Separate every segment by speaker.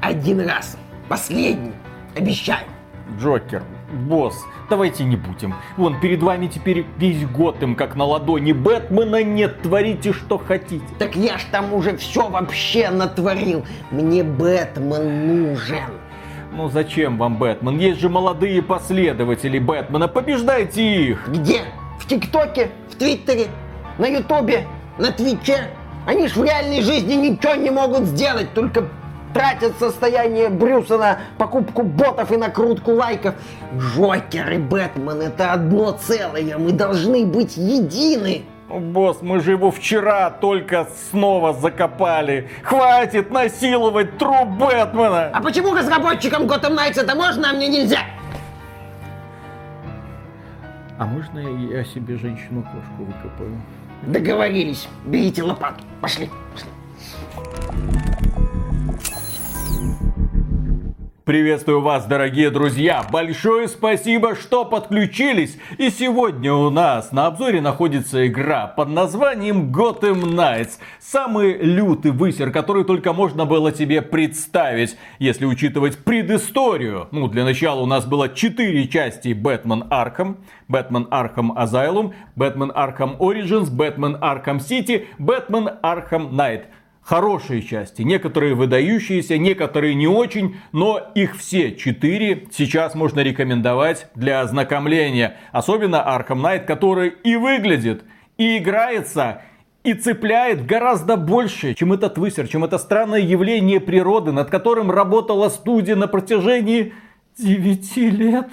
Speaker 1: один раз. Последний. Обещаю.
Speaker 2: Джокер, босс, давайте не будем. Вон, перед вами теперь весь Готэм как на ладони. Бэтмена нет, творите что хотите.
Speaker 1: Так я ж там уже все вообще натворил. Мне Бэтмен нужен.
Speaker 2: Ну зачем вам Бэтмен? Есть же молодые последователи Бэтмена, побеждайте их!
Speaker 1: Где? В ТикТоке? В Твиттере? На Ютубе? На Твиче? Они ж в реальной жизни ничего не могут сделать, только тратят состояние Брюса на покупку ботов и накрутку лайков. Джокер и Бэтмен — это одно целое, мы должны быть едины.
Speaker 2: Босс, мы же его вчера только снова закопали. Хватит насиловать труп Бэтмена!
Speaker 1: А почему разработчикам Gotham Knights это можно, а мне нельзя?
Speaker 2: А можно я себе женщину-кошку выкопаю?
Speaker 1: Договорились. Берите лопату. Пошли.
Speaker 2: Приветствую вас, дорогие друзья! Большое спасибо, что подключились! И сегодня у нас на обзоре находится игра под названием Gotham Knights. Самый лютый высер, который только можно было себе представить, если учитывать предысторию. Ну, для начала у нас было 4 части Batman Arkham, Batman Arkham Asylum, Batman Arkham Origins, Batman Arkham City, Batman Arkham Knight. Хорошие части, некоторые выдающиеся, некоторые не очень, но их все 4 сейчас можно рекомендовать для ознакомления. Особенно Arkham Knight, который и выглядит, и играется, и цепляет гораздо больше, чем этот высер, чем это странное явление природы, над которым работала студия на протяжении 9 лет.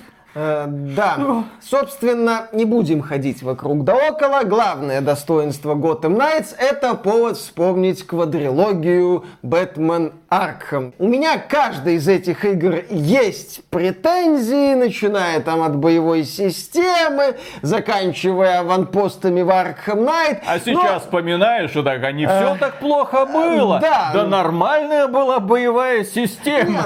Speaker 1: Да, собственно, не будем ходить вокруг да около. Главное достоинство Gotham Knights — это повод вспомнить квадрилогию Batman Arkham. У меня к каждой из этих игр есть претензии, начиная там от боевой системы, заканчивая аванпостами в Arkham Knight.
Speaker 2: А сейчас вспоминаешь, что так, не все так плохо было. Да нормальная была боевая система.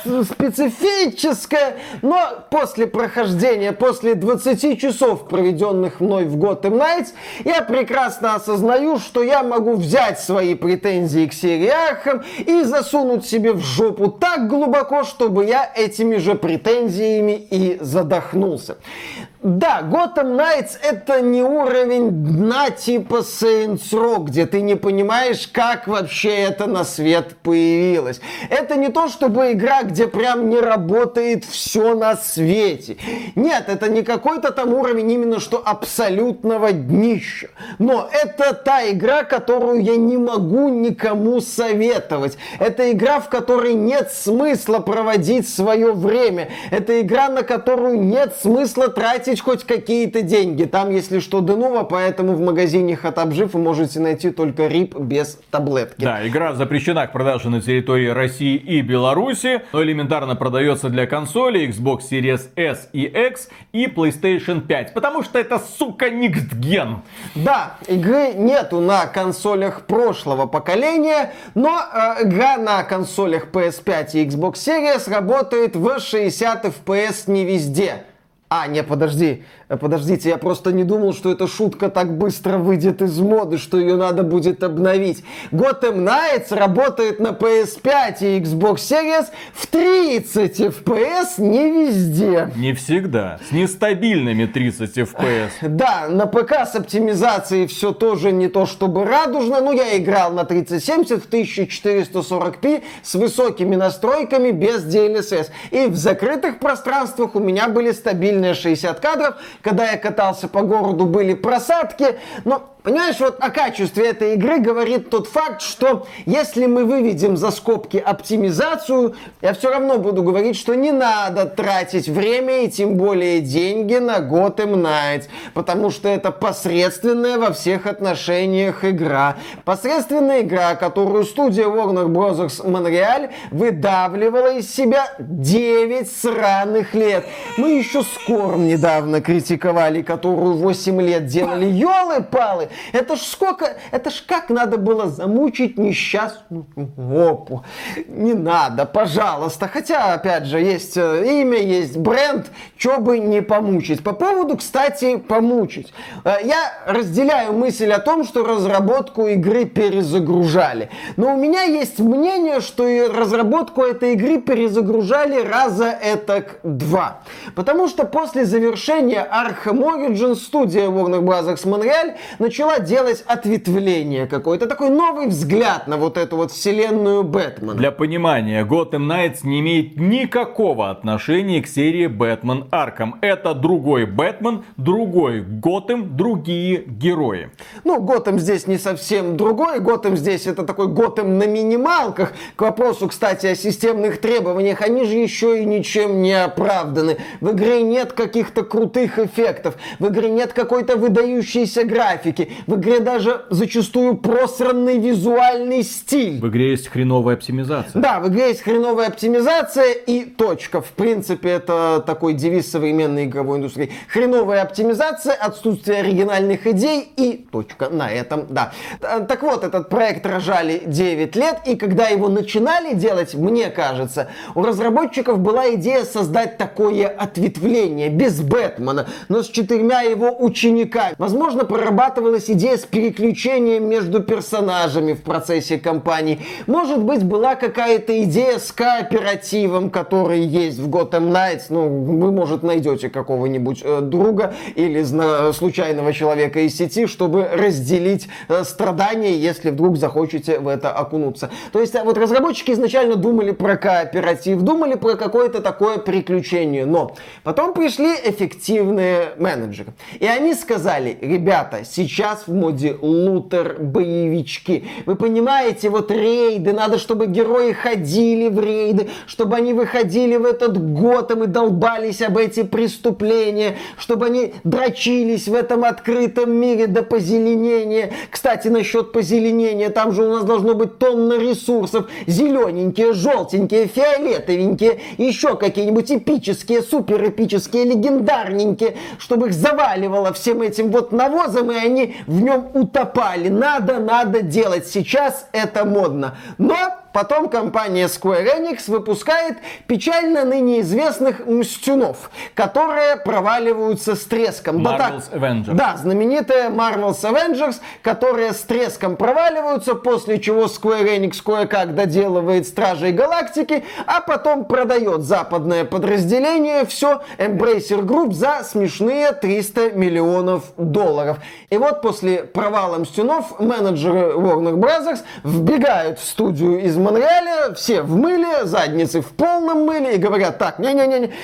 Speaker 1: Специфическая, но после прохождения, после 20 часов, проведенных мной в Gotham Knights, я прекрасно осознаю, что я могу взять свои претензии к серии Arkham и засунуть себе в жопу так глубоко, чтобы я этими же претензиями и задохнулся. Да, Gotham Knights — это не уровень дна типа Saints Row, где ты не понимаешь, как вообще это на свет появилось. Это не то, чтобы игра, где прям не работает все на свете. Нет, это не какой-то там уровень именно что абсолютного днища. Но это та игра, которую я не могу никому советовать. Это игра, в которой нет смысла проводить свое время. Это игра, на которую нет смысла тратить хоть какие-то деньги. Там, если что, Денува, поэтому в магазине Хатабжив вы можете найти только рип без таблетки.
Speaker 2: Да, игра запрещена к продаже на территории России и Беларуси, но элементарно продается для консолей Xbox Series S и X и PlayStation 5, потому что это, сука, next-gen.
Speaker 1: Да, игры нету на консолях прошлого поколения, но игра на консолях PS5 и Xbox Series работает в 60 FPS не везде. Подождите, я просто не думал, что эта шутка так быстро выйдет из моды, что ее надо будет обновить. Gotham Knights работает на PS5 и Xbox Series в 30 FPS не везде.
Speaker 2: Не всегда, с нестабильными 30 FPS.
Speaker 1: Да, на ПК с оптимизацией все тоже не то чтобы радужно, но я играл на 3070 в 1440p с высокими настройками без DLSS. И в закрытых пространствах у меня были стабильные 60 кадров. Когда я катался по городу, были просадки. Но, понимаешь, вот о качестве этой игры говорит тот факт, что если мы выведем за скобки оптимизацию, я все равно буду говорить, что не надо тратить время и тем более деньги на Gotham Knights. Потому что это посредственная во всех отношениях игра. Посредственная игра, которую студия Warner Bros. Montreal выдавливала из себя 9 сраных лет. Мы еще Скорм недавно критиковали, которую 8 лет делали. Ёлы-палы! Это ж как надо было замучить несчастную опу. Не надо, пожалуйста. Хотя, опять же, есть имя, есть бренд, чё бы не помучить. По поводу, кстати, помучить. Я разделяю мысль о том, что разработку игры перезагружали. Но у меня есть мнение, что и разработку этой игры перезагружали раза этак 2. Потому что после завершения Arkham Origins студия Warner Bros. Montreal начала делать ответвление какое-то. Такой новый взгляд на вот эту вот вселенную Бэтмена.
Speaker 2: Для понимания, Gotham Knights не имеет никакого отношения к серии Бэтмен Arkham. Это другой Бэтмен, другой Готэм, другие герои.
Speaker 1: Ну, Готэм здесь не совсем другой. Готэм здесь это такой Готэм на минималках. К вопросу, кстати, о системных требованиях. Они же еще и ничем не оправданы. В игре нет каких-то крутых эффектов. В игре нет какой-то выдающейся графики. В игре даже зачастую просранный визуальный стиль.
Speaker 2: В игре есть хреновая оптимизация.
Speaker 1: Да, в игре есть хреновая оптимизация и точка. В принципе, это такой девиз современной игровой индустрии. Хреновая оптимизация, отсутствие оригинальных идей и точка. На этом, да. Так вот, этот проект рожали 9 лет, и когда его начинали делать, мне кажется, у разработчиков была идея создать такое ответвление без Бэтмена, но с 4 его учениками. Возможно, прорабатывалась идея с переключением между персонажами в процессе кампании. Может быть, была какая-то идея с кооперативом, который есть в Gotham Knights. Ну, вы, может, найдете какого-нибудь друга или случайного человека из сети, чтобы разделить страдания, если вдруг захочете в это окунуться. То есть, вот разработчики изначально думали про кооператив, думали про какое-то такое приключение, но потом пришли эффективные менеджеры. И они сказали: ребята, сейчас в моде лутер-боевички. Вы понимаете, вот рейды, надо, чтобы герои ходили в рейды, чтобы они выходили в этот Готэм и долбались об эти преступления, чтобы они дрочились в этом открытом мире до позеленения. Кстати, насчет позеленения, там же у нас должно быть тонна ресурсов. Зелененькие, желтенькие, фиолетовенькие, еще какие-нибудь эпические, суперэпические, легендарненькие, чтобы их заваливало всем этим вот навозом, и они в нем утопали. Надо делать. Сейчас это модно. Но потом компания Square Enix выпускает печально ныне известных Мстюнов, которые проваливаются с треском.
Speaker 2: Marvel's Avengers.
Speaker 1: Да, знаменитая Marvel's Avengers, которые с треском проваливаются, после чего Square Enix кое-как доделывает Стражей Галактики, а потом продает западное подразделение все Embracer Group за смешные $300 миллионов. И вот после провала Мстюнов менеджеры Warner Bros. Вбегают в студию из Монреаля, все в мыле, задницы в полном мыле, и говорят: так, не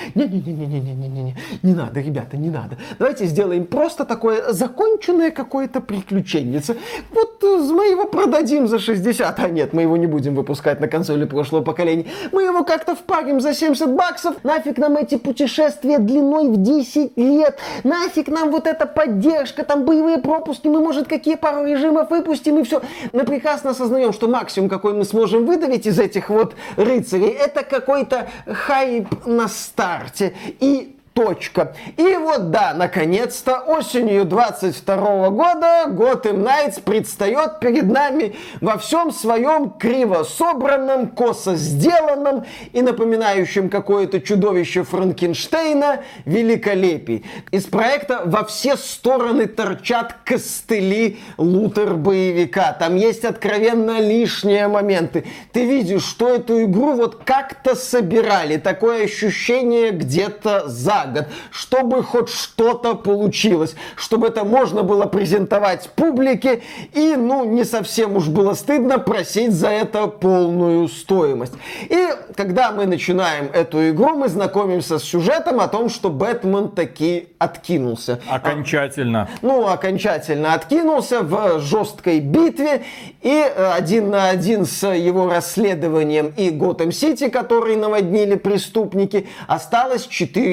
Speaker 1: надо, ребята, не надо. Давайте сделаем просто такое законченное какое-то приключеннице. Вот мы его продадим за 60, а нет, мы его не будем выпускать на консоли прошлого поколения. Мы его как-то впарим за $70. Нафиг нам эти путешествия длиной в 10 лет. Нафиг нам вот эта поддержка, там боевые пропуски, мы, может, какие пару режимов выпустим, и все. Мы прекрасно осознаем, что максимум, какой мы сможем выдавить из этих вот рыцарей, это какой-то хайп на старте. И точка. И вот да, наконец-то осенью 22 года Gotham Knights предстает перед нами во всем своем криво собранном, косо сделанном и напоминающем какое-то чудовище Франкенштейна великолепии. Из проекта во все стороны торчат костыли лутер-боевика. Там есть откровенно лишние моменты. Ты видишь, что эту игру вот как-то собирали. Такое ощущение где-то за год, чтобы хоть что-то получилось, чтобы это можно было презентовать публике и, ну, не совсем уж было стыдно просить за это полную стоимость. И когда мы начинаем эту игру, мы знакомимся с сюжетом о том, что Бэтмен таки откинулся.
Speaker 2: Окончательно.
Speaker 1: Окончательно откинулся в жесткой битве, и 1 на 1 с его расследованием и Готэм-Сити, который наводнили преступники, осталось 4 ученика.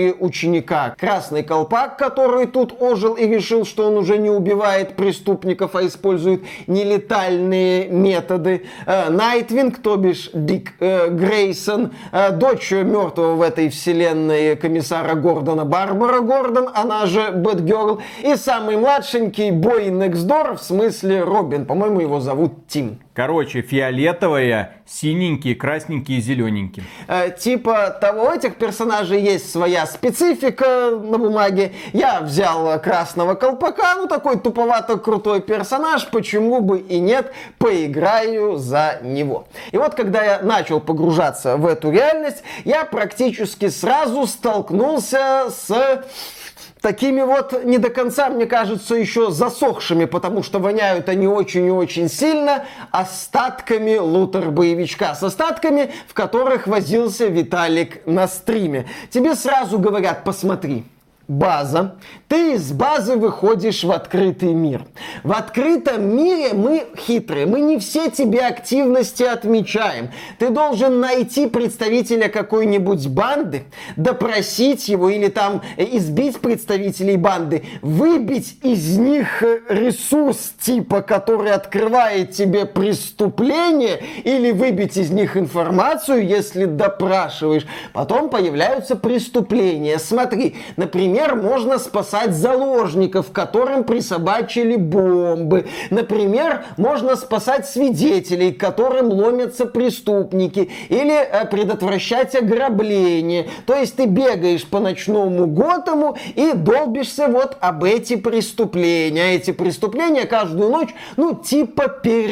Speaker 1: ученика Красный Колпак, который тут ожил и решил, что он уже не убивает преступников, а использует нелетальные методы. Найтвинг, то бишь Дик Грейсон, дочь мертвого в этой вселенной комиссара Гордона Барбара Гордон, она же Бэтгерл, и самый младшенький Boy Next Door, в смысле Робин, по-моему, его зовут Тим.
Speaker 2: Короче, фиолетовая, синенький, красненький и зелененький.
Speaker 1: Типа того, у этих персонажей есть своя специфика на бумаге. Я взял Красного Колпака, ну такой туповато крутой персонаж, почему бы и нет, поиграю за него. И вот когда я начал погружаться в эту реальность, я практически сразу столкнулся с такими вот не до конца, мне кажется, еще засохшими, потому что воняют они очень и очень сильно остатками лутер-боевичка. С остатками, в которых возился Виталик на стриме. Тебе сразу говорят, посмотри. База. Ты из базы выходишь в открытый мир. В открытом мире мы хитрые. Мы не все тебе активности отмечаем. Ты должен найти представителя какой-нибудь банды, допросить его или там избить представителей банды, выбить из них ресурс типа, который открывает тебе преступление, или выбить из них информацию, если допрашиваешь. Потом появляются преступления. Смотри, например, можно спасать заложников, которым присобачили бомбы. Например, можно спасать свидетелей, к которым ломятся преступники. Или предотвращать ограбление. То есть ты бегаешь по ночному Готэму и долбишься вот об эти преступления. Эти преступления каждую ночь, ну, типа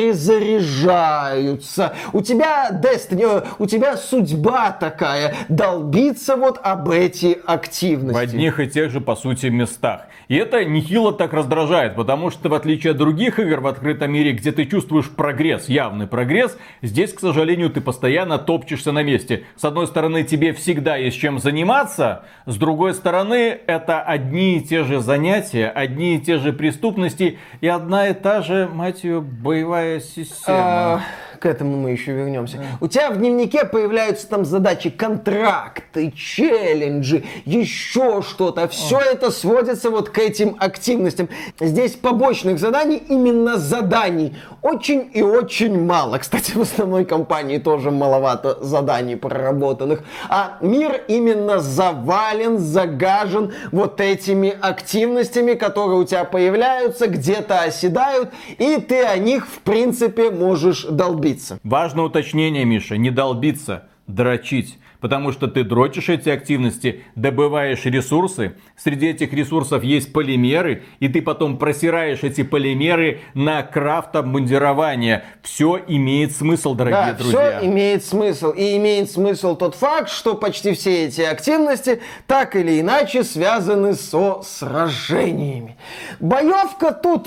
Speaker 1: перезаряжаются. У тебя Destiny, у тебя судьба такая. Долбиться вот об эти активности.
Speaker 2: В одних и тех же, по сути, местах. И это нехило так раздражает, потому что, в отличие от других игр в открытом мире, где ты чувствуешь прогресс, явный прогресс, здесь, к сожалению, ты постоянно топчешься на месте. С одной стороны, тебе всегда есть чем заниматься, с другой стороны, это одни и те же занятия, одни и те же преступности и одна и та же, мать ее, боевая система.
Speaker 1: К этому мы еще вернемся. У тебя в дневнике появляются там задачи, контракты, челленджи, еще что-то. Все это сводится вот к этим активностям. Здесь побочных заданий, именно заданий, очень и очень мало. Кстати, в основной кампании тоже маловато заданий проработанных. А мир именно завален, загажен вот этими активностями, которые у тебя появляются, где-то оседают, и ты о них, в принципе, можешь долбиться.
Speaker 2: Важное уточнение, Миша, не долбиться, дрочить. Потому что ты дрочишь эти активности, добываешь ресурсы, среди этих ресурсов есть полимеры, и ты потом просираешь эти полимеры на крафт обмундирования. Все имеет смысл, дорогие друзья.
Speaker 1: Все имеет смысл. И имеет смысл тот факт, что почти все эти активности так или иначе связаны со сражениями. Боевка тут...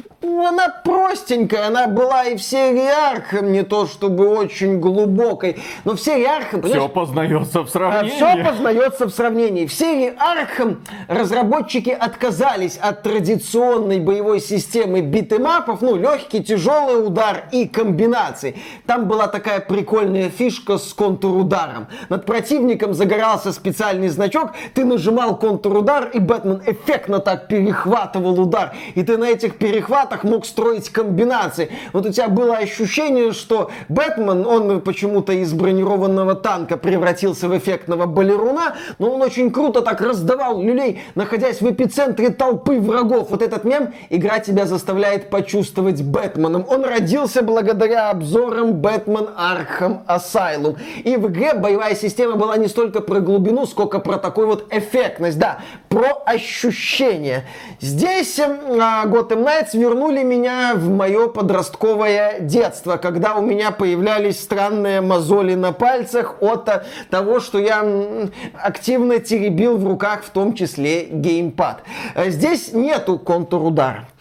Speaker 1: Она простенькая, она была и в серии Архам, не то чтобы очень глубокой, но в серии Архам...
Speaker 2: Все познается в сравнении.
Speaker 1: Все познается в сравнении. В серии Архам разработчики отказались от традиционной боевой системы битэмапов, ну, легкий, тяжелый удар и комбинации. Там была такая прикольная фишка с контурударом. Над противником загорался специальный значок, ты нажимал контурудар, и Бэтмен эффектно так перехватывал удар. И ты на этих перехватах мог строить комбинации. Вот у тебя было ощущение, что Бэтмен, он почему-то из бронированного танка превратился в эффектного балеруна, но он очень круто так раздавал люлей, находясь в эпицентре толпы врагов. Вот этот мем, игра тебя заставляет почувствовать Бэтменом. Он родился благодаря обзорам Бэтмен Архам Асайлум. И в игре боевая система была не столько про глубину, сколько про такую вот эффектность, да, про ощущение. Здесь Gotham Knights вернули меня в мое подростковое детство, когда у меня появлялись странные мозоли на пальцах от того, что я активно теребил в руках, в том числе геймпад. Здесь нету контур-удара.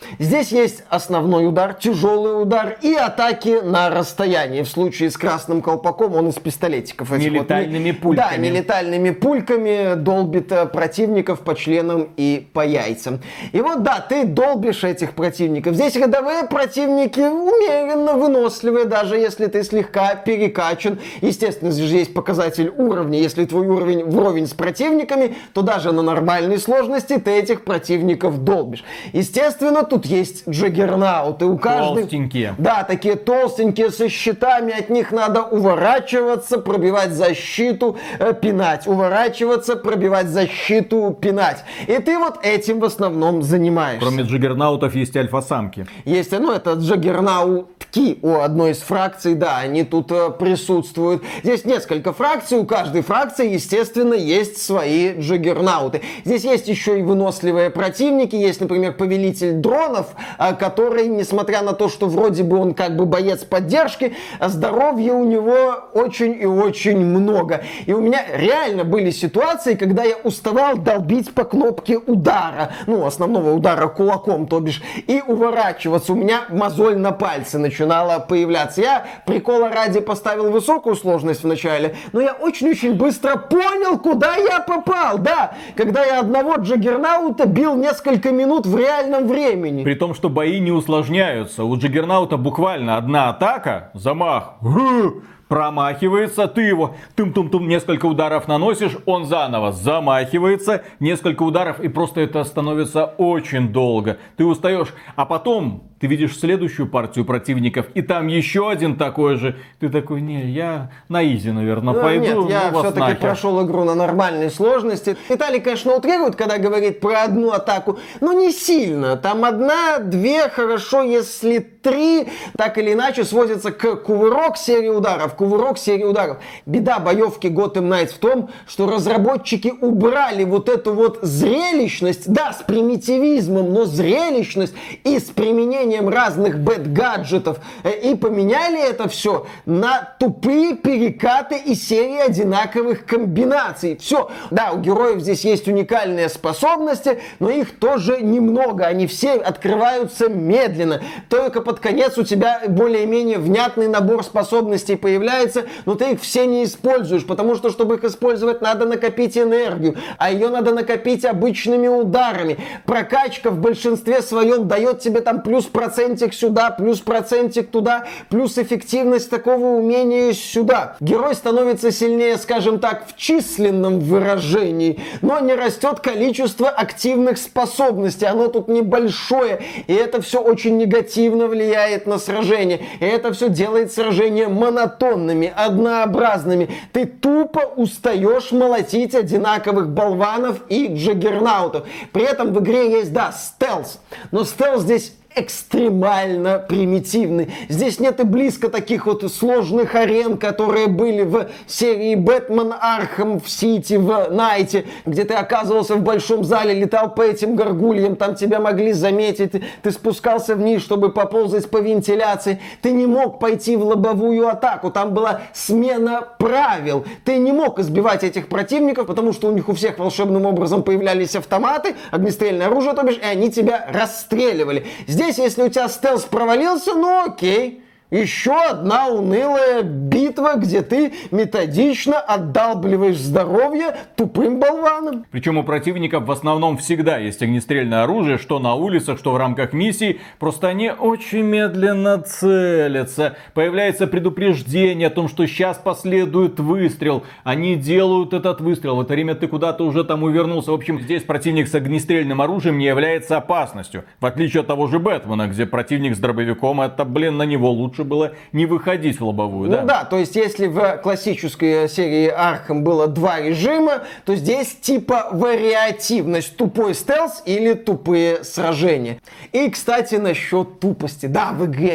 Speaker 1: Здесь есть основной удар, тяжелый удар и атаки на расстоянии. В случае с красным колпаком он из пистолетиков.
Speaker 2: Нелетальными пульками.
Speaker 1: Да, нелетальными пульками долбит противников по членам и по яйцам. И вот да, ты долбишь этих противников. Здесь рядовые противники умеренно выносливые, даже если ты слегка перекачан. Естественно, здесь же есть показатель уровня. Если твой уровень вровень с противниками, то даже на нормальной сложности ты этих противников долбишь. Естественно, тут есть джаггернауты. У каждой...
Speaker 2: Толстенькие.
Speaker 1: Да, такие толстенькие со щитами. От них надо уворачиваться, пробивать защиту, пинать. Уворачиваться, пробивать защиту, пинать. И ты вот этим в основном занимаешься.
Speaker 2: Кроме джаггернаутов есть альфа-самки.
Speaker 1: Есть, ну, это джаггернаутки у одной из фракций, да, они тут присутствуют. Здесь несколько фракций, у каждой фракции, естественно, есть свои джаггернауты. Здесь есть еще и выносливые противники. Есть, например, повелитель дронов, который, несмотря на то, что вроде бы он как бы боец поддержки, здоровья у него очень и очень много. И у меня реально были ситуации, когда я уставал долбить по кнопке удара, ну, основного удара кулаком, то бишь, и уворачиваться. У меня мозоль на пальце начинала появляться. Я прикола ради поставил высокую сложность в начале, но я очень-очень быстро понял, куда я попал. Да, когда я одного джаггернаута бил несколько минут в реальном времени.
Speaker 2: При том, что бои не усложняются. У джаггернаута буквально одна атака, замах, промахивается, ты его тум-тум-тум, несколько ударов наносишь, он заново замахивается, несколько ударов, и просто это становится очень долго. Ты устаешь, а потом ты видишь следующую партию противников, и там еще один такой же. Ты такой, не, я на изи, наверное, пойду.
Speaker 1: Нет, я все-таки прошел игру на нормальной сложности. Виталий, конечно, утрирует, когда говорит про одну атаку, но не сильно. Там одна, две, хорошо, если три, так или иначе сводится к кувырок серии ударов. Кувырок серии ударов. Беда боевки Gotham Knights в том, что разработчики убрали вот эту вот зрелищность, да, с примитивизмом, но зрелищность и с применением разных бэт-гаджетов, и поменяли это все на тупые перекаты и серии одинаковых комбинаций. Все. Да, у героев здесь есть уникальные способности, но их тоже немного. Они все открываются медленно. Только под конец у тебя более-менее внятный набор способностей появляется, но ты их все не используешь, потому что, чтобы их использовать, надо накопить энергию, а ее надо накопить обычными ударами. Прокачка в большинстве своем дает тебе там плюс процентик сюда, плюс процентик туда, плюс эффективность такого умения сюда. Герой становится сильнее, скажем так, в численном выражении, но не растет количество активных способностей. Оно тут небольшое, и это все очень негативно влияет на сражение. И это все делает сражения монотонными, однообразными. Ты тупо устаешь молотить одинаковых болванов и джаггернаутов. При этом в игре есть, да, стелс. Но стелс здесь экстремально примитивный. Здесь нет и близко таких вот сложных арен, которые были в серии Бэтмен Архам в Сити, в Найте, где ты оказывался в большом зале, летал по этим горгульям, там тебя могли заметить, ты спускался вниз, чтобы поползать по вентиляции. Ты не мог пойти в лобовую атаку, там была смена правил. Ты не мог избивать этих противников, потому что у них у всех волшебным образом появлялись автоматы, огнестрельное оружие, то бишь, и они тебя расстреливали. Здесь, если у тебя стелс провалился, ну окей. Еще одна унылая битва, где ты методично отдалбливаешь здоровье тупым болванам.
Speaker 2: Причем у противников в основном всегда есть огнестрельное оружие, что на улицах, что в рамках миссий. Просто они очень медленно целятся. Появляется предупреждение о том, что сейчас последует выстрел. Они делают этот выстрел. В это время ты куда-то уже там увернулся. В общем, здесь противник с огнестрельным оружием не является опасностью. В отличие от того же Бэтмена, где противник с дробовиком, это, блин, на него лучше было не выходить в лобовую, да?
Speaker 1: Ну да, то есть если в классической серии Архам было два режима, то здесь типа вариативность: тупой стелс или тупые сражения. И, кстати, насчет тупости. Да, в игре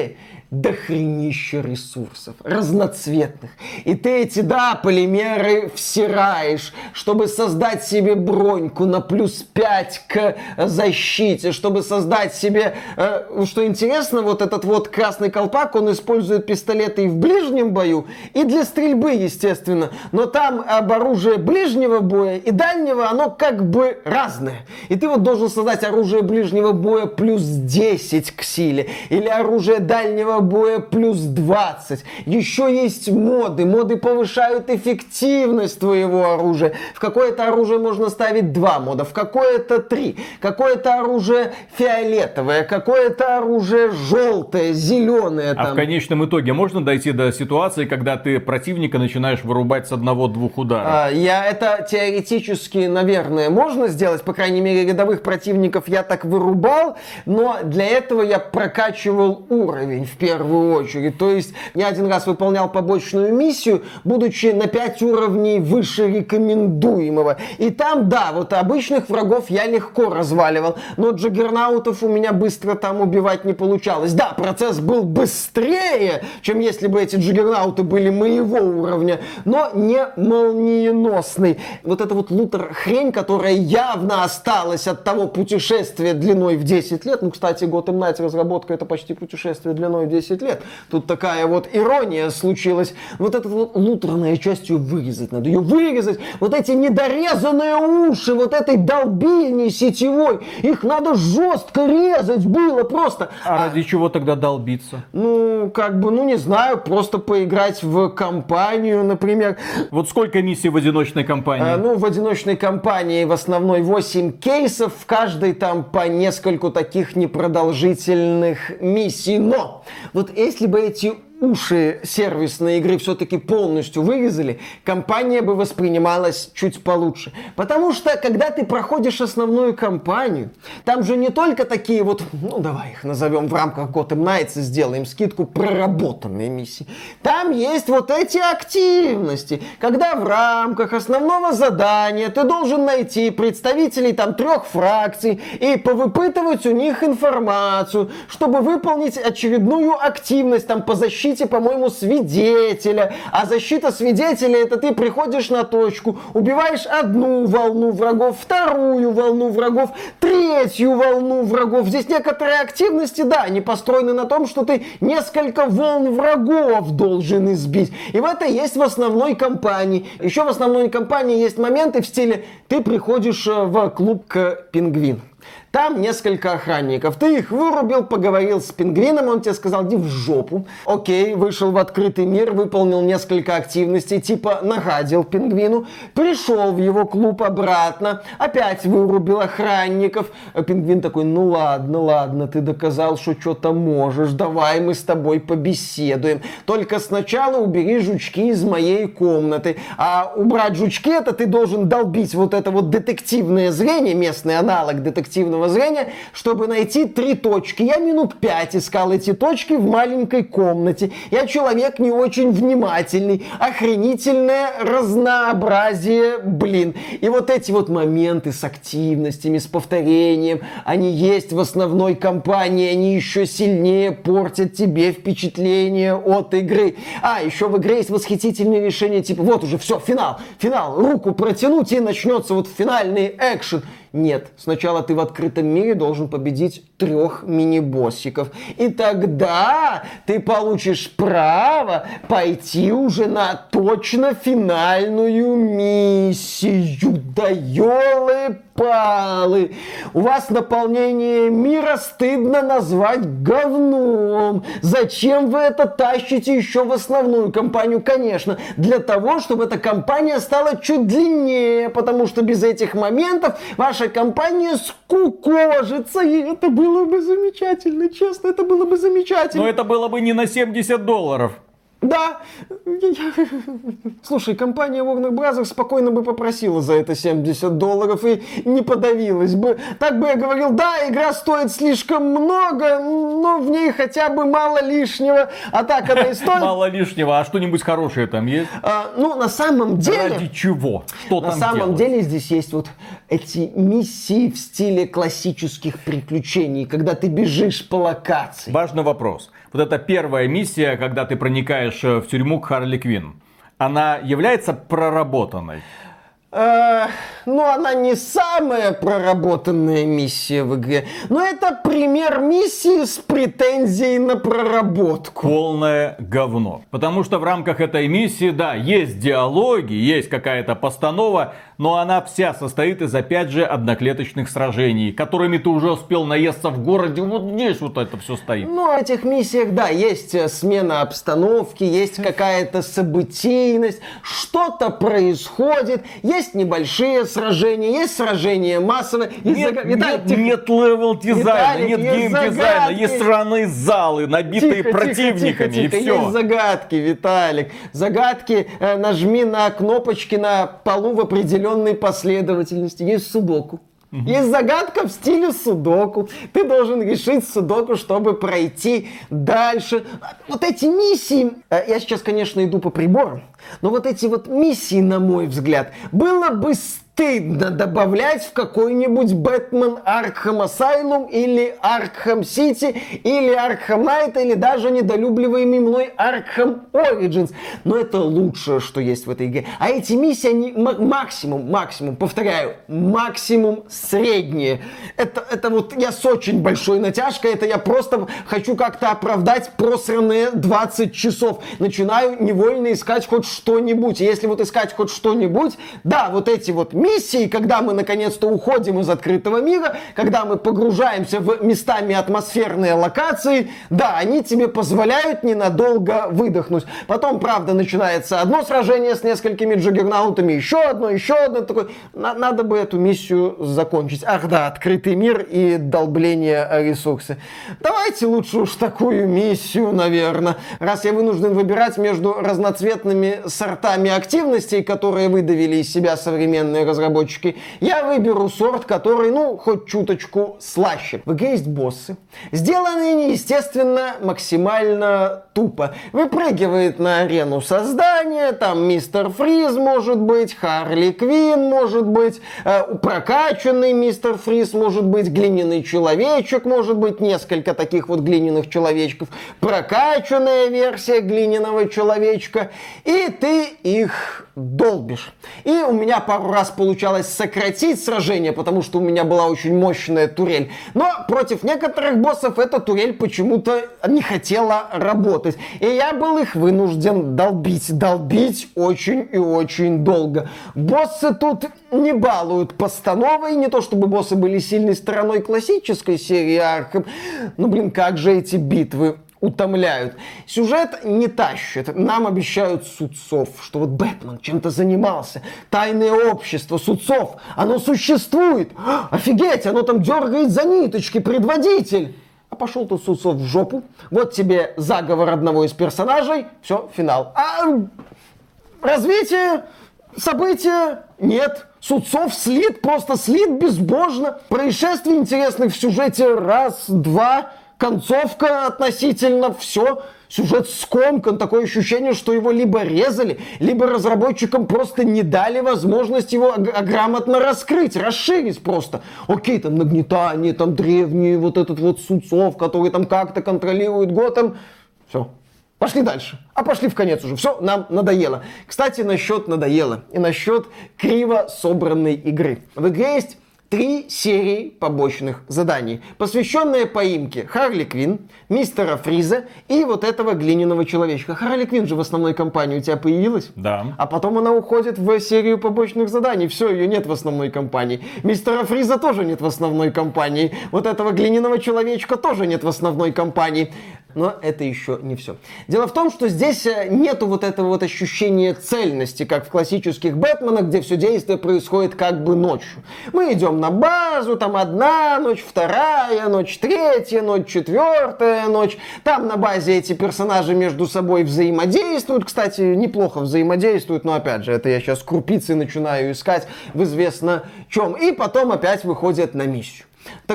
Speaker 1: дохренища ресурсов, разноцветных. И ты эти, полимеры всираешь, чтобы создать себе броньку на +5 к защите, чтобы создать себе, что интересно, вот этот вот красный колпак, он использует пистолеты и в ближнем бою, и для стрельбы, естественно. Но там оружие ближнего боя и дальнего, оно как бы разное. И ты вот должен создать оружие ближнего боя +10 к силе, или оружие дальнего боя +20. Еще есть моды. Моды повышают эффективность твоего оружия. В какое-то оружие можно ставить 2 мода, в какое-то 3. Какое-то оружие фиолетовое, какое-то оружие желтое, зеленое.
Speaker 2: А в конечном итоге можно дойти до ситуации, когда ты противника начинаешь вырубать с 1-2 ударов?
Speaker 1: Это теоретически, наверное, можно сделать. По крайней мере, рядовых противников я так вырубал. Но для этого я прокачивал уровень в первую очередь. То есть я один раз выполнял побочную миссию, будучи на 5 уровней выше рекомендуемого. И там, вот обычных врагов я легко разваливал. Но джаггернаутов у меня быстро там убивать не получалось. Да, процесс был быстрее, чем если бы эти джаггернауты были моего уровня, но не молниеносный. Вот эта вот лутер-хрень, которая явно осталась от того путешествия длиной в 10 лет. Кстати, Gotham Knights разработка — это почти путешествие длиной в 10 лет. Тут такая вот ирония случилась. Вот эту вот лутерная часть ее вырезать надо. Ее вырезать. Вот эти недорезанные уши, вот этой долбильни сетевой, их надо жестко резать было просто.
Speaker 2: А ради чего тогда долбиться?
Speaker 1: Не знаю, просто поиграть в кампанию, например.
Speaker 2: Вот сколько миссий в одиночной кампании?
Speaker 1: В одиночной кампании в основной 8 кейсов, в каждой там по нескольку таких непродолжительных миссий. Но вот если бы эти уши сервисной игры все-таки полностью вырезали, кампания бы воспринималась чуть получше. Потому что, когда ты проходишь основную кампанию, там же не только такие вот, давай их назовем в рамках Gotham Knights и сделаем скидку, проработанные миссии. Там есть вот эти активности, когда в рамках основного задания ты должен найти представителей там 3 фракций и повыпытывать у них информацию, чтобы выполнить очередную активность там по защите, по-моему, свидетеля. А защита свидетеля — это ты приходишь на точку, убиваешь 1 волну врагов, 2 волну врагов, 3 волну врагов. Здесь некоторые активности, они построены на том, что ты несколько волн врагов должен избить. И в это есть в основной кампании. Еще в основной кампании есть моменты в стиле: ты приходишь в клуб к пингвину. Там несколько охранников. Ты их вырубил, поговорил с пингвином, он тебе сказал: иди в жопу. Окей, вышел в открытый мир, выполнил несколько активностей, типа нагадил пингвину, пришел в его клуб обратно, опять вырубил охранников. Пингвин такой: ладно, ты доказал, что что-то можешь, давай мы с тобой побеседуем. Только сначала убери жучки из моей комнаты. А убрать жучки — это ты должен долбить вот это вот детективное зрение, местный аналог детективного зрения, чтобы найти 3 точки. Я минут 5 искал эти точки в маленькой комнате. Я человек не очень внимательный. Охренительное разнообразие, И вот эти вот моменты с активностями, с повторением, они есть в основной кампании, они еще сильнее портят тебе впечатление от игры. Еще в игре есть восхитительные решения, типа вот уже все, финал, руку протянуть и начнется вот финальный экшен. Нет, сначала ты в открытом мире должен победить 3 мини-боссиков. И тогда ты получишь право пойти уже на точно финальную миссию. Да ёлы-палы! У вас наполнение мира стыдно назвать говном. Зачем вы это тащите еще в основную кампанию? Конечно, для того, чтобы эта кампания стала чуть длиннее, потому что без этих моментов ваша компания скукожится, и это было бы замечательно, честно, это было бы замечательно.
Speaker 2: Но это было бы не на $70.
Speaker 1: Да. Слушай, компания Warner Bros. Спокойно бы попросила за это $70 и не подавилась бы. Так бы я говорил: да, игра стоит слишком много, но в ней хотя бы мало лишнего. А так она и стоит...
Speaker 2: Мало лишнего, а что-нибудь хорошее там есть?
Speaker 1: На самом деле...
Speaker 2: Ради чего? Что там
Speaker 1: на самом деле здесь есть вот эти миссии в стиле классических приключений, когда ты бежишь по локации.
Speaker 2: Важный вопрос. вот эта первая миссия, когда ты проникаешь в тюрьму к Харли Квинн, она является проработанной?
Speaker 1: Ну, она не самая проработанная миссия в игре, но это пример миссии с претензией на проработку.
Speaker 2: Полное говно. Потому что в рамках этой миссии, да, есть диалоги, есть какая-то постанова, но она вся состоит из, опять же, одноклеточных сражений, которыми ты уже успел наесться в городе. Вот здесь вот это все стоит.
Speaker 1: Ну, в этих миссиях, да, есть смена обстановки, есть какая-то событийность, что-то происходит, есть небольшие сражения, есть сражения массовые.
Speaker 2: Нет левел дизайна, нет геймдизайна, есть сраные залы, набитые противниками, и все.
Speaker 1: Есть загадки, Виталик. Загадки, нажми на кнопочки на полу в определенной последовательности. Есть судоку. Есть загадка в стиле судоку. Ты должен решить судоку, чтобы пройти дальше. Вот эти миссии... Я сейчас, конечно, иду по приборам, но вот эти вот миссии, на мой взгляд, было бы стыдно добавлять в какой-нибудь Бэтмен Аркхэм Асайлум или Аркхэм Сити или Аркхэм Найт или даже недолюбливаемый мной Аркхэм Origins. Но это лучшее, что есть в этой игре. А эти миссии, они максимум, повторяю, максимум средние. Это вот я с очень большой натяжкой, это я просто хочу как-то оправдать просранные 20 часов. Начинаю невольно искать хоть что-нибудь. И если вот искать хоть что-нибудь, да, вот эти вот миссии, когда мы наконец-то уходим из открытого мира, когда мы погружаемся в местами атмосферные локации, да, они тебе позволяют ненадолго выдохнуть. Потом, правда, начинается одно сражение с несколькими джаггернаутами, еще одно, такой, надо бы эту миссию закончить. Ах да, открытый мир и долбление о ресурсы. Давайте лучше уж такую миссию, наверное, раз я вынужден выбирать между разноцветными сортами активностей, которые выдавили из себя современные разработчики, я выберу сорт, который, ну, хоть чуточку слаще. В игре есть боссы, сделанные неестественно максимально тупо. Выпрыгивает на арену создания, там Мистер Фриз может быть, Харли Квинн может быть, прокачанный Мистер Фриз может быть, глиняный человечек может быть, несколько таких вот глиняных человечков, прокачанная версия глиняного человечка, и ты их долбишь. И у меня пару раз получалось сократить сражение, потому что у меня была очень мощная турель. Но против некоторых боссов эта турель почему-то не хотела работать. И я был их вынужден долбить очень и очень долго. Боссы тут не балуют постановой. Не то чтобы боссы были сильной стороной классической серии Аркхэм. Но, блин, как же эти битвы утомляют. Сюжет не тащит. Нам обещают судцов, что вот Бэтмен чем-то занимался. Тайное общество судцов, оно существует. Офигеть, оно там дергает за ниточки, предводитель. А пошел тут судцов в жопу. Вот тебе заговор одного из персонажей. Все, финал. А развитие, события нет. Судцов слит, просто слит безбожно. Происшествий интересных в сюжете раз, два. Концовка относительно все. Сюжет скомкан, такое ощущение, что его либо резали, либо разработчикам просто не дали возможность его грамотно раскрыть, расширить просто. Окей, там нагнетание, там древние, вот этот вот судцов, которые там как-то контролируют Готэм. Все. Пошли дальше. А пошли в конец уже. Все, нам надоело. Кстати, насчет надоело и насчет криво собранной игры. В игре есть 3 серии побочных заданий, посвященные поимке Харли Квинн, Мистера Фриза и вот этого глиняного человечка. Харли Квинн же в основной кампании у тебя появилась?
Speaker 2: Да.
Speaker 1: А потом она уходит в серию побочных заданий. Все, ее нет в основной кампании. Мистера Фриза тоже нет в основной кампании. Вот этого глиняного человечка тоже нет в основной кампании. Но это еще не все. Дело в том, что здесь нету вот этого вот ощущения цельности, как в классических Бэтменах, где все действие происходит как бы ночью. Мы идем на базу, там одна ночь, вторая ночь, третья ночь, четвертая ночь. Там на базе эти персонажи между собой взаимодействуют. Кстати, неплохо взаимодействуют, но опять же, это я сейчас крупицы начинаю искать в известно чем. И потом опять выходят на миссию. Так вот,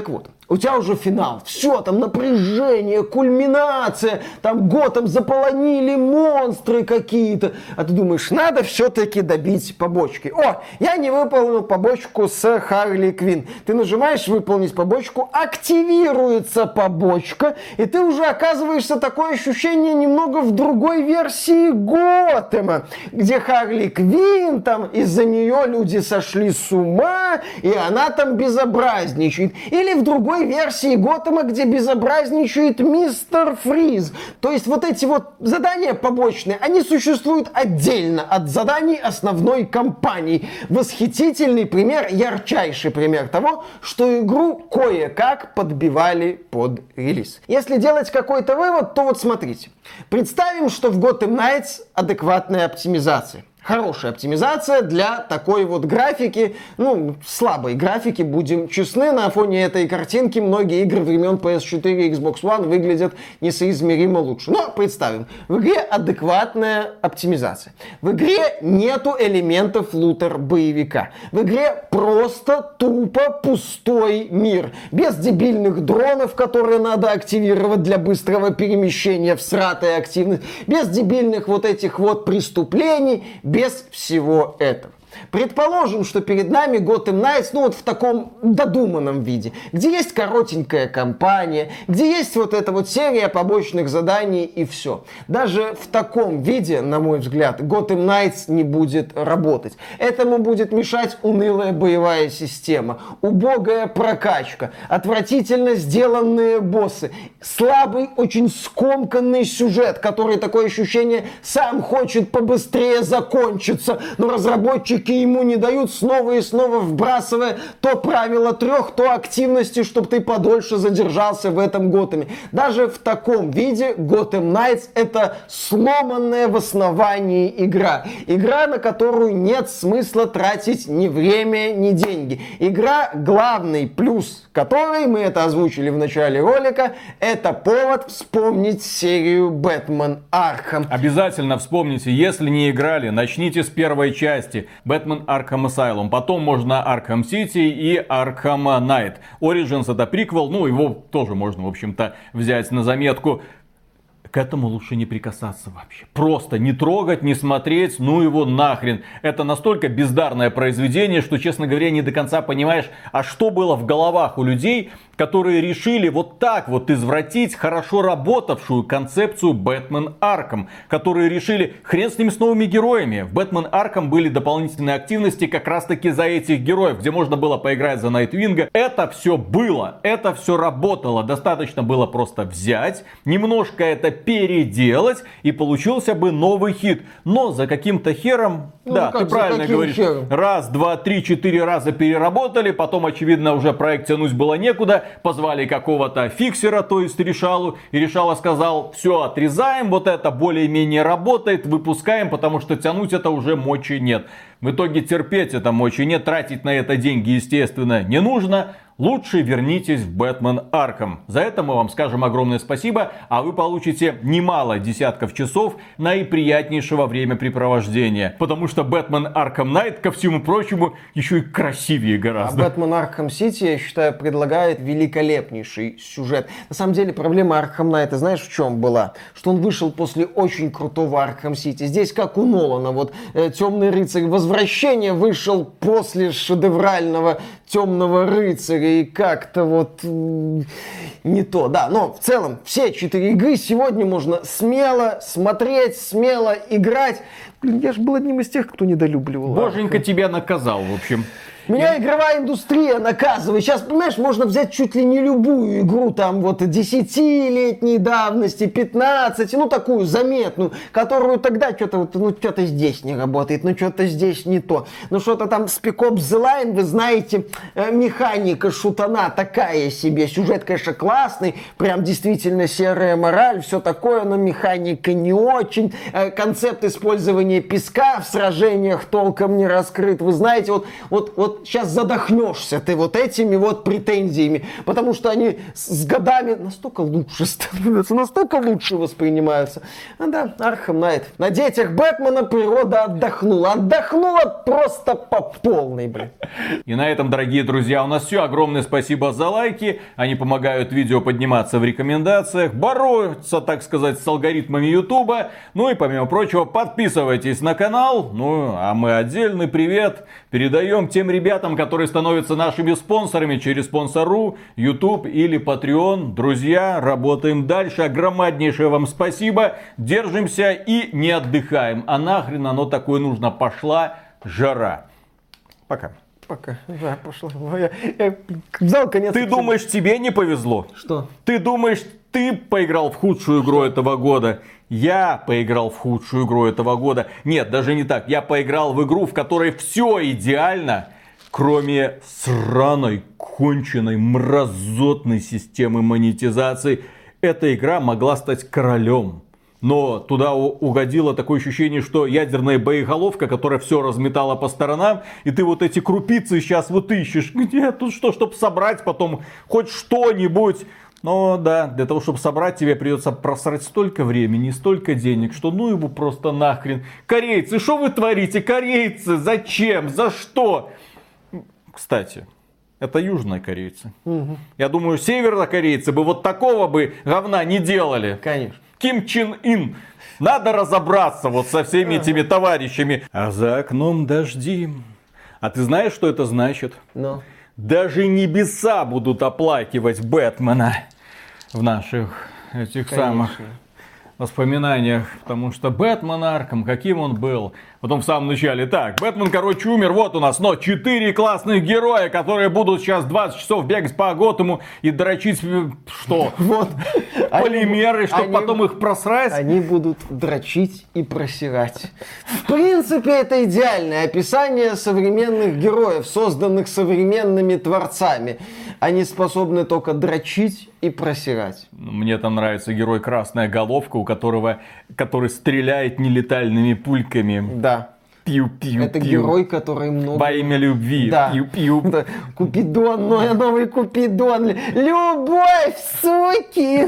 Speaker 1: У тебя уже финал. Все, там напряжение, кульминация. Там Готэм заполонили монстры какие-то. А ты думаешь, надо все-таки добить побочки. О, я не выполнил побочку с Харли Квинн. Ты нажимаешь выполнить побочку, активируется побочка, и ты уже оказываешься, такое ощущение, немного в другой версии Готэма, где Харли Квинн, там из-за нее люди сошли с ума, и она там безобразничает. Или в другой версии Готэма, где безобразничает мистер Фриз. То есть вот эти вот задания побочные, они существуют отдельно от заданий основной кампании. Восхитительный пример, ярчайший пример того, что игру кое-как подбивали под релиз. Если делать какой-то вывод, то вот смотрите. Представим, что в Gotham Knights адекватная оптимизация. Хорошая оптимизация для такой вот графики, слабой графики, будем честны, на фоне этой картинки многие игры времен PS4 и Xbox One выглядят несоизмеримо лучше. Но представим, в игре адекватная оптимизация. В игре нету элементов лутер-боевика. В игре просто тупо пустой мир. Без дебильных дронов, которые надо активировать для быстрого перемещения в сратой активность. Без дебильных вот этих вот преступлений. Без всего этого. Предположим, что перед нами Gotham Knights, в таком додуманном виде, где есть коротенькая кампания, где есть вот эта вот серия побочных заданий и все. Даже в таком виде, на мой взгляд, Gotham Knights не будет работать. Этому будет мешать унылая боевая система, убогая прокачка, отвратительно сделанные боссы, слабый, очень скомканный сюжет, который, такое ощущение, сам хочет побыстрее закончиться, но разработчики ему не дают, снова и снова вбрасывая то правило 3, то активности, чтобы ты подольше задержался в этом Готэме. Даже в таком виде Gotham Knights — это сломанная в основании игра. Игра, на которую нет смысла тратить ни время, ни деньги. Игра, главный плюс которой, мы это озвучили в начале ролика, это повод вспомнить серию Бэтмен Архам.
Speaker 2: Обязательно вспомните, если не играли, начните с первой части. Бэтмен Архам Asylum. Потом можно Архам Сити и Архам Найт. Origins — это приквел, его тоже можно, в общем-то, взять на заметку. К этому лучше не прикасаться вообще. Просто не трогать, не смотреть, его нахрен. Это настолько бездарное произведение, что, честно говоря, не до конца понимаешь, а что было в головах у людей, которые решили вот так вот извратить хорошо работавшую концепцию Бэтмен Архам. Которые решили, хрен с ними, с новыми героями. В Бэтмен Архам были дополнительные активности как раз таки за этих героев, где можно было поиграть за Найтвинга. Это все было, это все работало. Достаточно было просто взять, немножко это переделать, и получился бы новый хит. Но за каким-то хером, ты правильно говоришь, раз, два, три, 4 раза переработали, потом, очевидно, уже проект тянуть было некуда. Позвали какого-то фиксера, то есть Решалу, и Решала сказал: все, отрезаем, вот это более-менее работает, выпускаем, потому что тянуть это уже мочи нет. В итоге терпеть это мочи нет, тратить на это деньги, естественно, не нужно. Лучше вернитесь в Бэтмен Архам. За это мы вам скажем огромное спасибо, а вы получите немало десятков часов наиприятнейшего времяпрепровождения. Потому что Бэтмен Архам Найт, ко всему прочему, еще и красивее гораздо.
Speaker 1: А Бэтмен Архам Сити, я считаю, предлагает великолепнейший сюжет. На самом деле, проблема Архам Найта, знаешь, в чем была? Что он вышел после очень крутого Архам Сити. Здесь, как у Нолана, Темный рыцарь Возвращение вышел после шедеврального Темного рыцаря. И как-то не то. Да, но в целом все 4 игры сегодня можно смело смотреть, смело играть. Я же был одним из тех, кто недолюбливал.
Speaker 2: Боженька тебя наказал, в общем.
Speaker 1: Меня игровая индустрия наказывает. Сейчас, понимаешь, можно взять чуть ли не любую игру, 10-летней давности, 15, такую заметную, которую тогда что-то здесь не работает, что-то здесь не то. Что-то там Spec Ops The Line, вы знаете, механика шутана такая себе. Сюжет, конечно, классный, прям действительно серая мораль, все такое, но механика не очень. Концепт использования песка в сражениях толком не раскрыт. Вы знаете, вот вот сейчас задохнешься ты вот этими вот претензиями, потому что они с годами настолько лучше становятся, настолько лучше воспринимаются. А да, Arkham Knight. На детях Бэтмена природа отдохнула. Отдохнула просто по полной, блин.
Speaker 2: И на этом, дорогие друзья, у нас все. Огромное спасибо за лайки. Они помогают видео подниматься в рекомендациях, борются, так сказать, с алгоритмами Ютуба. Ну и, помимо прочего, подписывайтесь на канал. Ну, а мы отдельный привет передаем тем ребятам, которые становятся нашими спонсорами через Sponsor.ru, YouTube или Patreon. Друзья, работаем дальше. Огромнейшее вам спасибо. Держимся и не отдыхаем. А нахрен оно такое нужно? Пошла жара. Пока.
Speaker 1: Пока. Да, пошла. Я взял конец.
Speaker 2: Ты думаешь, тебе не повезло?
Speaker 1: Что?
Speaker 2: Ты думаешь, ты поиграл в худшую игру этого года? Я поиграл в худшую игру этого года. Нет, даже не так. Я поиграл в игру, в которой все идеально, кроме сраной, конченой, мразотной системы монетизации. Эта игра могла стать королем. Но туда угодило такое ощущение, что ядерная боеголовка, которая все разметала по сторонам, и ты вот эти крупицы сейчас вот ищешь. Где тут что, чтобы собрать потом хоть что-нибудь. Но да, для того, чтобы собрать, тебе придется просрать столько времени, столько денег, что ну его просто нахрен. Корейцы, что вы творите? Корейцы, зачем? За что? Кстати, это южные корейцы. Угу. Я думаю, северокорейцы бы вот такого бы говна не делали.
Speaker 1: Конечно.
Speaker 2: Ким Чен Ын. Надо разобраться вот со всеми этими товарищами. А за окном дожди. А ты знаешь, что это значит?
Speaker 1: No.
Speaker 2: Даже небеса будут оплакивать Бэтмена в наших этих самых воспоминаниях. Потому что Бэтмен Аркхэм, каким он был. Потом в самом начале. Так, Бэтмен, короче, умер. Вот у нас. Но 4 классных героя, которые будут сейчас 20 часов бегать по Готэму и дрочить что?
Speaker 1: Вот.
Speaker 2: Полимеры, чтобы потом их просрать.
Speaker 1: Они будут дрочить и просирать. В принципе, это идеальное описание современных героев, созданных современными творцами. Они способны только дрочить и просирать.
Speaker 2: Мне там нравится герой Красная Головка, который стреляет нелетальными пульками.
Speaker 1: Да.
Speaker 2: Пью-пью-пью.
Speaker 1: Это герой, который много...
Speaker 2: Во имя любви.
Speaker 1: Да.
Speaker 2: Пью-пью.
Speaker 1: Да. Купидон, новый Купидон. Любовь, суки!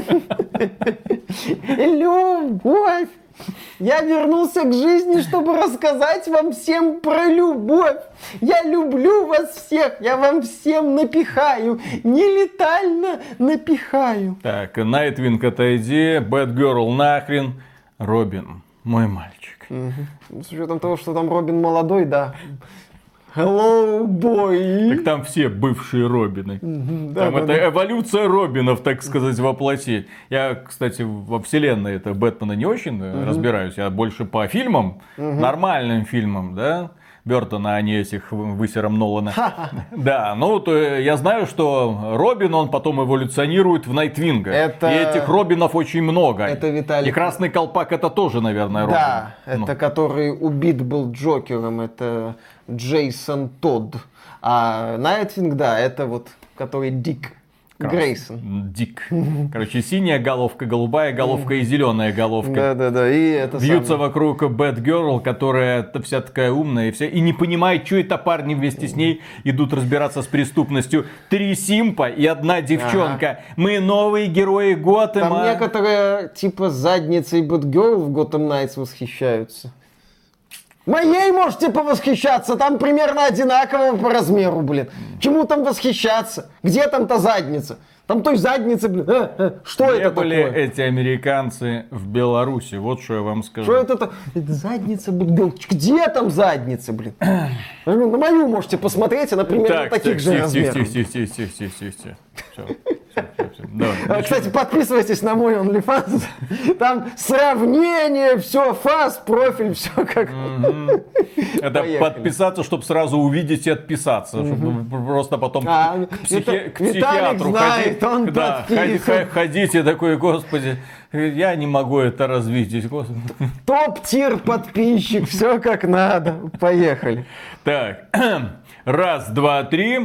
Speaker 1: Любовь! Я вернулся к жизни, чтобы рассказать вам всем про любовь. Я люблю вас всех, я вам всем напихаю. Нелетально напихаю.
Speaker 2: Так, Найтвинг отойди, Бэтгерл нахрен, Робин, мой мальчик.
Speaker 1: Угу. С учетом того, что там Робин молодой, да. Hello, boy.
Speaker 2: Так там все бывшие Робины.
Speaker 1: Да,
Speaker 2: там
Speaker 1: да,
Speaker 2: это
Speaker 1: да.
Speaker 2: Эволюция Робинов, так сказать, воплотить. Я, кстати, во вселенной это Бэтмена не очень разбираюсь. Я больше по фильмам, нормальным фильмам, да. Бёртона, а не этих высером Нолана. Да, ну то я знаю, что Робин, он потом эволюционирует в Найтвинга.
Speaker 1: Это...
Speaker 2: И этих Робинов очень много.
Speaker 1: Это Виталий.
Speaker 2: И Красный Колпак это тоже, наверное, Робин.
Speaker 1: Да, это который убит был Джокером, это Джейсон Тодд. А Найтвинг, да, это вот, который Дик Грейсон.
Speaker 2: Дик. Короче, синяя головка, голубая головка и зеленая головка.
Speaker 1: Да. И это
Speaker 2: бьются
Speaker 1: самое...
Speaker 2: вокруг Бэтгерл, которая вся такая умная и не понимает, что это парни вместе с ней идут разбираться с преступностью. 3 симпа и 1 девчонка. Ага. Мы новые герои Готэма.
Speaker 1: Там некоторые типа задницей Бэтгерл в Gotham Knights восхищаются. Моей можете повосхищаться, там примерно одинаково по размеру, блин. Чему там восхищаться? Где там-то задница? Там той задницы, блин. Что
Speaker 2: Где
Speaker 1: это
Speaker 2: были
Speaker 1: такое?
Speaker 2: эти американцы в Беларуси? Вот что я вам скажу.
Speaker 1: Что это? Это задница, блин. Где там задница, блин? На мою можете посмотреть, она примерно таких же размеров.
Speaker 2: Тихо.
Speaker 1: Кстати, подписывайтесь на мой OnlyFans. Там сравнение, все, фас, профиль, все как.
Speaker 2: Это подписаться, чтобы сразу увидеть и отписаться. Чтобы просто потом к психиатру ходите такой, господи, я не могу это развидеть.
Speaker 1: Топ-тир подписчик, все как надо. Поехали.
Speaker 2: Так, 1, 2, 3.